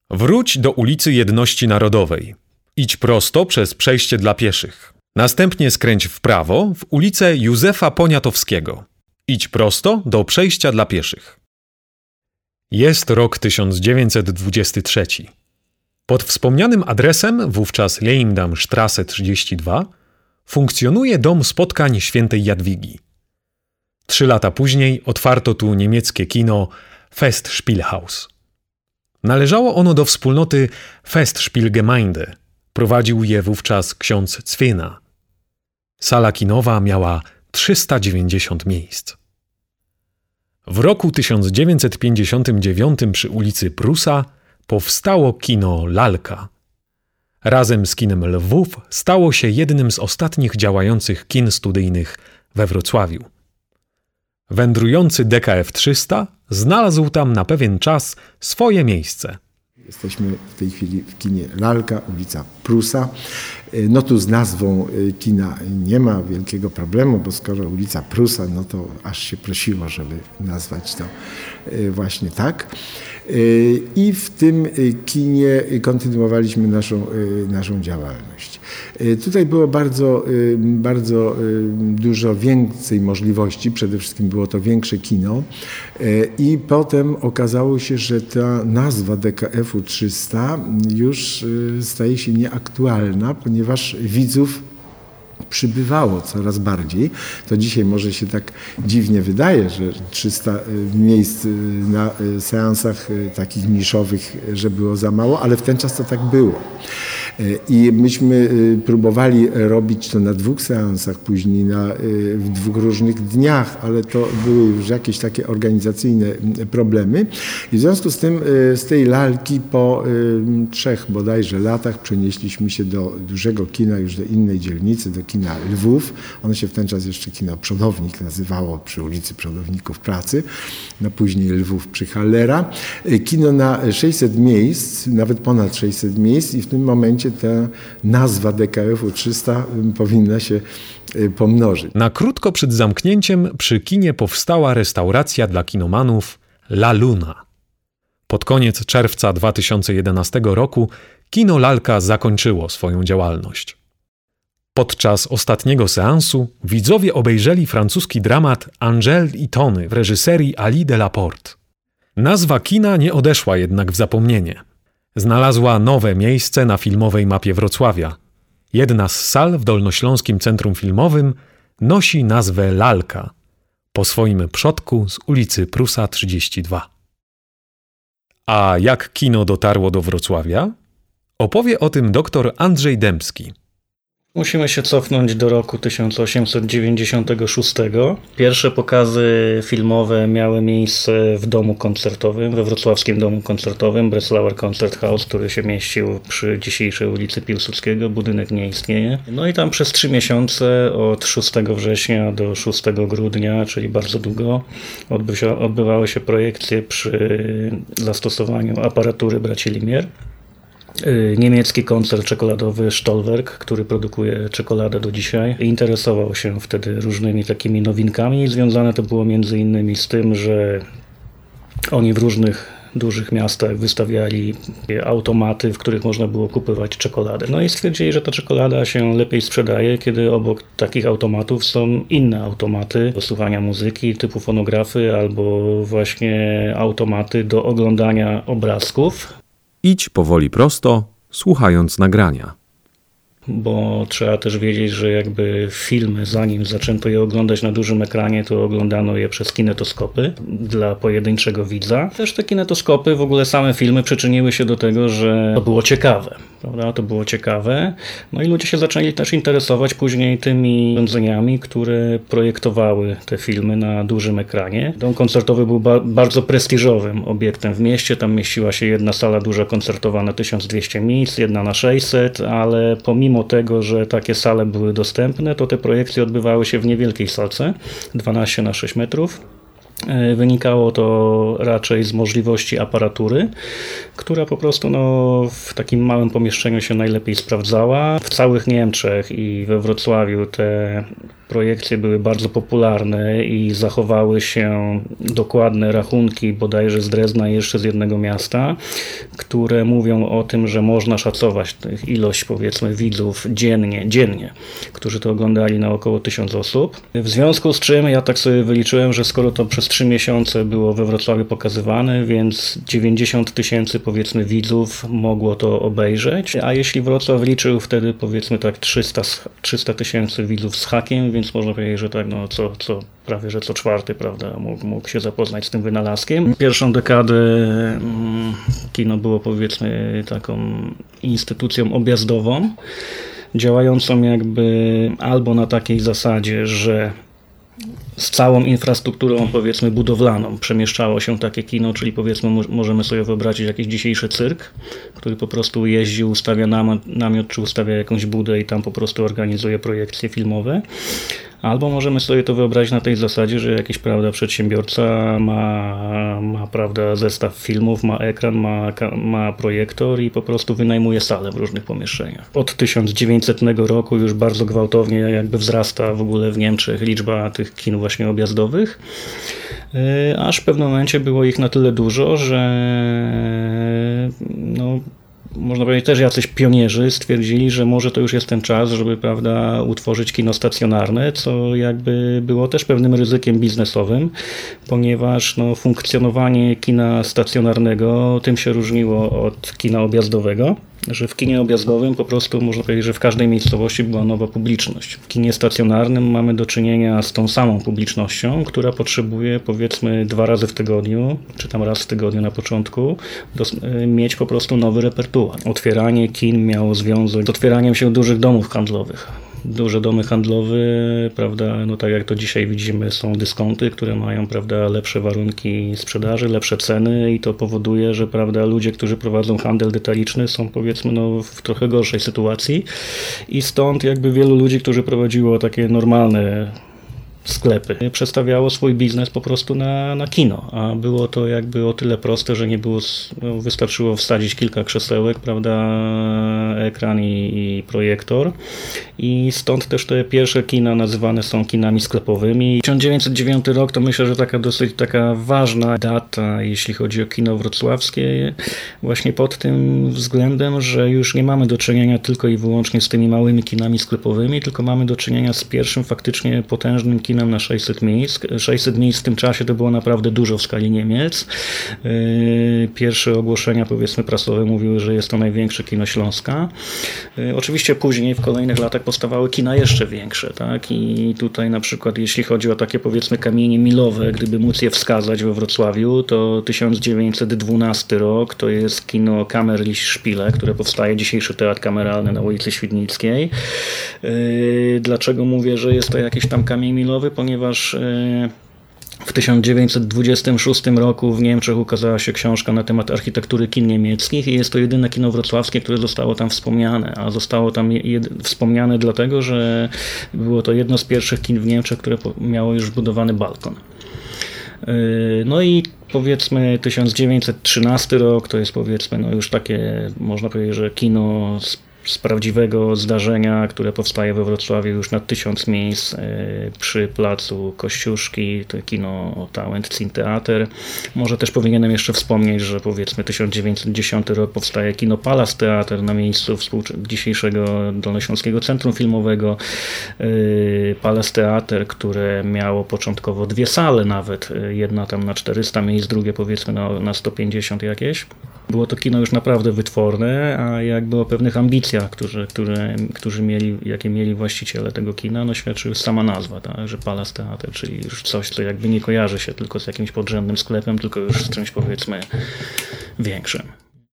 Wróć do ulicy Jedności Narodowej. Idź prosto przez przejście dla pieszych. Następnie skręć w prawo w ulicę Józefa Poniatowskiego. Idź prosto do przejścia dla pieszych. Jest rok 1923. Pod wspomnianym adresem, wówczas Leindamstrasse 32, funkcjonuje dom spotkań świętej Jadwigi. 3 lata później otwarto tu niemieckie kino Festspielhaus. Należało ono do wspólnoty Festspielgemeinde. Prowadził je wówczas ksiądz Cwyna. Sala kinowa miała 390 miejsc. W roku 1959 przy ulicy Prusa powstało kino Lalka. Razem z kinem Lwów stało się jednym z ostatnich działających kin studyjnych we Wrocławiu. Wędrujący DKF 300 znalazł tam na pewien czas swoje miejsce. Jesteśmy w tej chwili w kinie Lalka, ulica Prusa. No tu z nazwą kina nie ma wielkiego problemu, bo skoro ulica Prusa, no to aż się prosiło, żeby nazwać to właśnie tak. I w tym kinie kontynuowaliśmy naszą działalność. Tutaj było bardzo dużo więcej możliwości, przede wszystkim było to większe kino i potem okazało się, że ta nazwa DKF-u 300 już staje się nieaktualna, ponieważ widzów przybywało coraz bardziej. To dzisiaj może się tak dziwnie wydaje, że 300 miejsc na seansach takich niszowych, że było za mało, ale w ten czas to tak było. I myśmy próbowali robić to na 2 seansach, później w 2 różnych dniach, ale to były już jakieś takie organizacyjne problemy. I w związku z tym z tej Lalki po 3 bodajże latach przenieśliśmy się do dużego kina, już do innej dzielnicy, do kina Lwów. Ono się w ten czas jeszcze kino Przodownik nazywało, przy ulicy Przodowników Pracy, no później Lwów przy Hallera. Kino na 600 miejsc, nawet ponad 600 miejsc i w tym momencie ta nazwa DKF-u 300 powinna się pomnożyć. Na krótko przed zamknięciem przy kinie powstała restauracja dla kinomanów La Luna. Pod koniec czerwca 2011 roku kino Lalka zakończyło swoją działalność. Podczas ostatniego seansu widzowie obejrzeli francuski dramat Angèle i Tony w reżyserii Ali Delaporte. Nazwa kina nie odeszła jednak w zapomnienie. Znalazła nowe miejsce na filmowej mapie Wrocławia. Jedna z sal w Dolnośląskim Centrum Filmowym nosi nazwę Lalka, po swoim przodku z ulicy Prusa 32. A jak kino dotarło do Wrocławia? Opowie o tym dr Andrzej Dębski. Musimy się cofnąć do roku 1896. Pierwsze pokazy filmowe miały miejsce w domu koncertowym, we wrocławskim domu koncertowym, Breslauer Konzerthaus, który się mieścił przy dzisiejszej ulicy Piłsudskiego. Budynek nie istnieje. No i tam przez 3 miesiące, od 6 września do 6 grudnia, czyli bardzo długo, odbywały się projekcje przy zastosowaniu aparatury braci Limier. Niemiecki koncern czekoladowy Stolwerk, który produkuje czekoladę do dzisiaj, interesował się wtedy różnymi takimi nowinkami. Związane to było między innymi z tym, że oni w różnych dużych miastach wystawiali automaty, w których można było kupować czekoladę. No i stwierdzili, że ta czekolada się lepiej sprzedaje, kiedy obok takich automatów są inne automaty do słuchania muzyki, typu fonografy albo właśnie automaty do oglądania obrazków. Idź powoli prosto, słuchając nagrania. Bo trzeba też wiedzieć, że jakby filmy, zanim zaczęto je oglądać na dużym ekranie, to oglądano je przez kinetoskopy dla pojedynczego widza. Też te kinetoskopy, w ogóle same filmy przyczyniły się do tego, że to było ciekawe. Prawda? To było ciekawe. No i ludzie się zaczęli też interesować później tymi urządzeniami, które projektowały te filmy na dużym ekranie. Dom koncertowy był bardzo prestiżowym obiektem w mieście. Tam mieściła się jedna sala duża koncertowa na 1200 miejsc, jedna na 600, ale pomimo tego, że takie sale były dostępne, to te projekcje odbywały się w niewielkiej salce, 12 na 6 metrów. Wynikało to raczej z możliwości aparatury, która po prostu w takim małym pomieszczeniu się najlepiej sprawdzała. W całych Niemczech i we Wrocławiu te projekcje były bardzo popularne i zachowały się dokładne rachunki bodajże z Drezna i jeszcze z jednego miasta, które mówią o tym, że można szacować ilość powiedzmy widzów dziennie, którzy to oglądali na około 1000 osób. W związku z czym ja tak sobie wyliczyłem, że skoro to przez 3 miesiące było we Wrocławiu pokazywane, więc 90 000 powiedzmy widzów mogło to obejrzeć, a jeśli Wrocław liczył wtedy powiedzmy tak 300 000 widzów z hakiem, więc można powiedzieć, że tak prawie że co czwarty, prawda, mógł się zapoznać z tym wynalazkiem. Pierwszą dekadę kino było powiedzmy taką instytucją objazdową, działającą jakby albo na takiej zasadzie, że z całą infrastrukturą powiedzmy budowlaną przemieszczało się takie kino, czyli powiedzmy możemy sobie wyobrazić jakiś dzisiejszy cyrk, który po prostu jeździ, ustawia namiot czy ustawia jakąś budę i tam po prostu organizuje projekcje filmowe. Albo możemy sobie to wyobrazić na tej zasadzie, że jakiś przedsiębiorca ma zestaw filmów, ma ekran, ma projektor i po prostu wynajmuje salę w różnych pomieszczeniach. Od 1900 roku już bardzo gwałtownie jakby wzrasta w ogóle w Niemczech liczba tych kin właśnie objazdowych, aż w pewnym momencie było ich na tyle dużo, że można powiedzieć, też jacyś pionierzy stwierdzili, że może to już jest ten czas, żeby utworzyć kino stacjonarne, co jakby było też pewnym ryzykiem biznesowym, ponieważ funkcjonowanie kina stacjonarnego tym się różniło od kina objazdowego, że w kinie objazdowym po prostu można powiedzieć, że w każdej miejscowości była nowa publiczność. W kinie stacjonarnym mamy do czynienia z tą samą publicznością, która potrzebuje powiedzmy 2 razy w tygodniu, czy tam raz w tygodniu na początku, mieć po prostu nowy repertuar. Otwieranie kin miało związek z otwieraniem się dużych domów handlowych. Duże domy handlowe, prawda, tak jak to dzisiaj widzimy, są dyskonty, które mają, lepsze warunki sprzedaży, lepsze ceny i to powoduje, że, ludzie, którzy prowadzą handel detaliczny są, powiedzmy, w trochę gorszej sytuacji i stąd jakby wielu ludzi, którzy prowadziło takie normalne sklepy, przestawiało swój biznes po prostu na kino, a było to jakby o tyle proste, że nie było, wystarczyło wsadzić kilka krzesełek, ekran i projektor i stąd też te pierwsze kina nazywane są kinami sklepowymi. 1909 rok to myślę, że dosyć ważna data, jeśli chodzi o kino wrocławskie, właśnie pod tym względem, że już nie mamy do czynienia tylko i wyłącznie z tymi małymi kinami sklepowymi, tylko mamy do czynienia z pierwszym faktycznie potężnym kinem na 600 miejsc. 600 miejsc w tym czasie to było naprawdę dużo w skali Niemiec. Pierwsze ogłoszenia powiedzmy prasowe mówiły, że jest to największe kino Śląska. Oczywiście później w kolejnych latach powstawały kina jeszcze większe, tak? I tutaj na przykład jeśli chodzi o takie powiedzmy kamienie milowe, gdyby móc je wskazać we Wrocławiu, to 1912 rok to jest kino Kammerlicht Spiele, które powstaje, dzisiejszy teatr kameralny na ulicy Świdnickiej. Dlaczego mówię, że jest to jakiś tam kamień milowy? Ponieważ w 1926 roku w Niemczech ukazała się książka na temat architektury kin niemieckich i jest to jedyne kino wrocławskie, które zostało tam wspomniane, a zostało tam wspomniane dlatego, że było to jedno z pierwszych kin w Niemczech, które miało już wbudowany balkon. No i powiedzmy 1913 rok to jest powiedzmy już takie, można powiedzieć, że kino z prawdziwego zdarzenia, które powstaje we Wrocławiu już na 1000 miejsc przy placu Kościuszki, to kino Tauentzientheater. Może też powinienem jeszcze wspomnieć, że powiedzmy 1910 rok powstaje kino Palace Theater na miejscu dzisiejszego Dolnośląskiego Centrum Filmowego. Palace Theater, które miało początkowo 2 sale nawet, jedna tam na 400 miejsc, drugie powiedzmy na 150 jakieś. Było to kino już naprawdę wytworne, a jakby o pewnych ambicjach, jakie mieli właściciele tego kina, świadczy już sama nazwa, tak? Że Palace Theater, czyli już coś, co jakby nie kojarzy się tylko z jakimś podrzędnym sklepem, tylko już z czymś powiedzmy większym.